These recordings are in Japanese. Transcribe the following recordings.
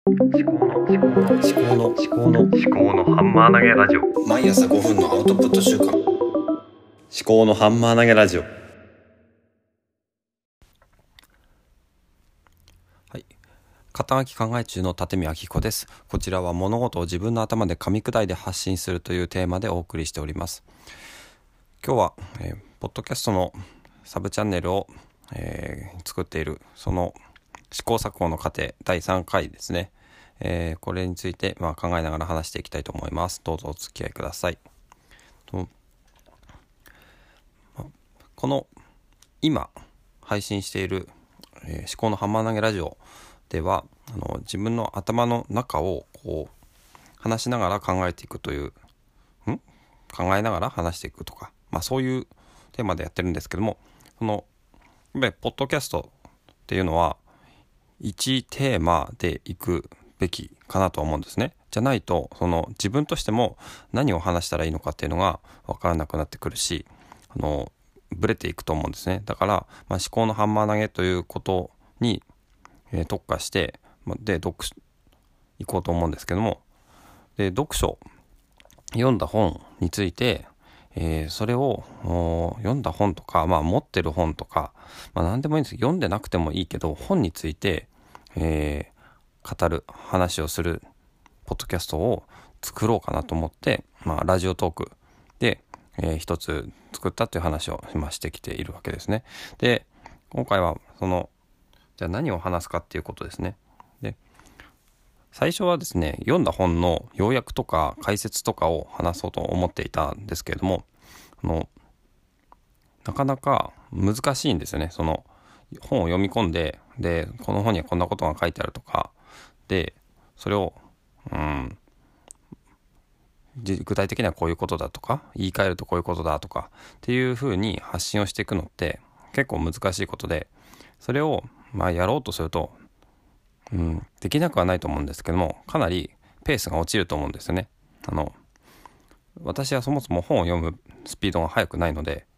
思考のハンマー投げラジオ。 毎朝5分のアウトプット週間。 思考のハンマー投げラジオ。はい、肩書き考え中の立見明彦です。こちらは物事を自分の頭で噛み砕いて発信するというテーマでお送りしております。今日は、ポッドキャストのサブチャンネルを、作っているその試行錯誤の過程第3回ですね。これについて、考えながら話していきたいと思います。どうぞお付き合いください。この今配信している、思考のハンマー投げラジオでは自分の頭の中をこう話しながら考えていくという考えながら話していくとか、そういうテーマでやってるんですけども、ポッドキャストっていうのは1テーマでいくべきかなと思うんですね。じゃないと自分としても何を話したらいいのかっていうのが分からなくなってくるし、ブレていくと思うんですね。だから、思考のハンマー投げということに、特化してでいこうと思うんですけども、で読んだ本について、それを読んだ本とか、持ってる本とか、何でもいいんです。読んでなくてもいいけど本について、語る話をするポッドキャストを作ろうかなと思って、ラジオトークで、一つ作ったという話を今してきているわけですね。で今回はじゃあ何を話すかっていうことですね。で最初はですね、読んだ本の要約とか解説とかを話そうと思っていたんですけれども、なかなか難しいんですよね。本を読み込んで、この本にはこんなことが書いてあるとかで、それを具体的にはこういうことだとか、言い換えるとこういうことだとかっていう風に発信をしていくのって結構難しいことで、それをやろうとするとできなくはないと思うんですけども、かなりペースが落ちると思うんですよね。私はそもそも本を読むスピードが速くないので、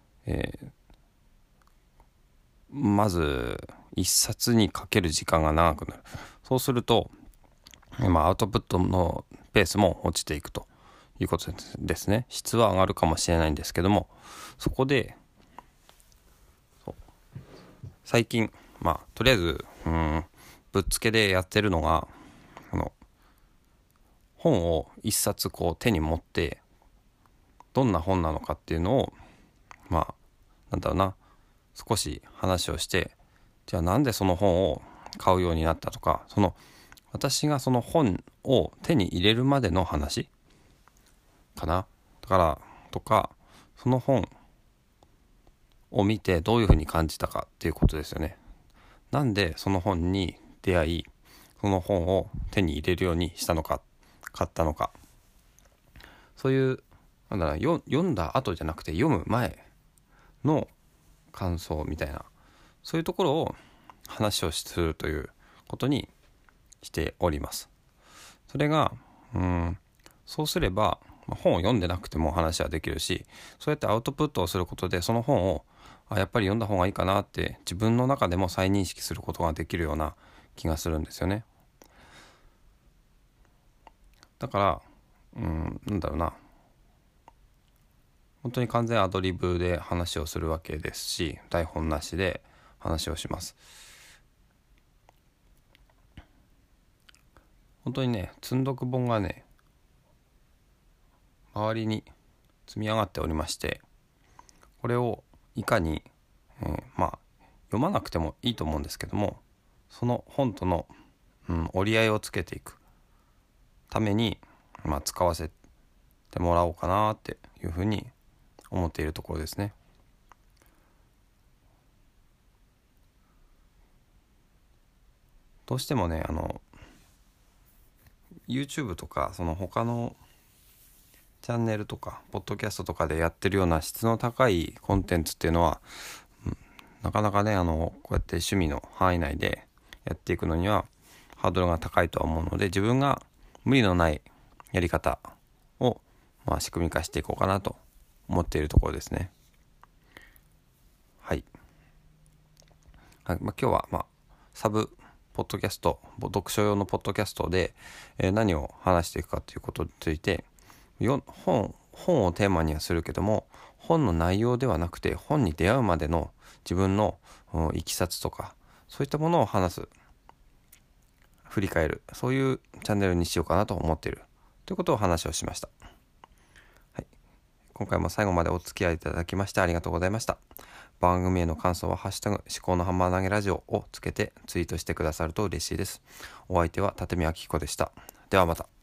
まず一冊にかける時間が長くなる。そうするとアウトプットのペースも落ちていくということですね。質は上がるかもしれないんですけども、そこで最近とりあえずぶっつけでやってるのが、本を一冊手に持って、どんな本なのかっていうのを少し話をして、じゃあなんでその本を買うようになったとか、私がその本を手に入れるまでの話かな。だからとか、その本を見てどういうふうに感じたかっていうことですよね。なんでその本に出会い、その本を手に入れるようにしたのか、買ったのか、そういう読んだ後じゃなくて読む前の感想みたいな、そういうところを話をするということにしております。それがそうすれば本を読んでなくても話はできるし、そうやってアウトプットをすることでその本をやっぱり読んだ方がいいかなって自分の中でも再認識することができるような気がするんですよね。だから本当に完全アドリブで話をするわけですし、台本なしで話をします。本当にね、積読本がね周りに積み上がっておりまして、これをいかに、読まなくてもいいと思うんですけども、その本との、折り合いをつけていくために、使わせてもらおうかなっていうふうに思っているところですね。どうしてもねYouTube とか他のチャンネルとかポッドキャストとかでやってるような質の高いコンテンツっていうのは、なかなかねこうやって趣味の範囲内でやっていくのにはハードルが高いとは思うので、自分が無理のないやり方を仕組み化していこうかなと思っているところですね。はい、今日はサブポッドキャスト、読書用のポッドキャストで、何を話していくかということについて、本をテーマにはするけども、本の内容ではなくて本に出会うまでの自分のいきさつとか、そういったものを話す、振り返る、そういうチャンネルにしようかなと思っているということを話をしました。はい、今回も最後までお付き合いいただきましてありがとうございました。番組への感想はハッシュタグ思考のハンマー投げラジオをつけてツイートしてくださると嬉しいです。お相手は立見明彦でした。ではまた。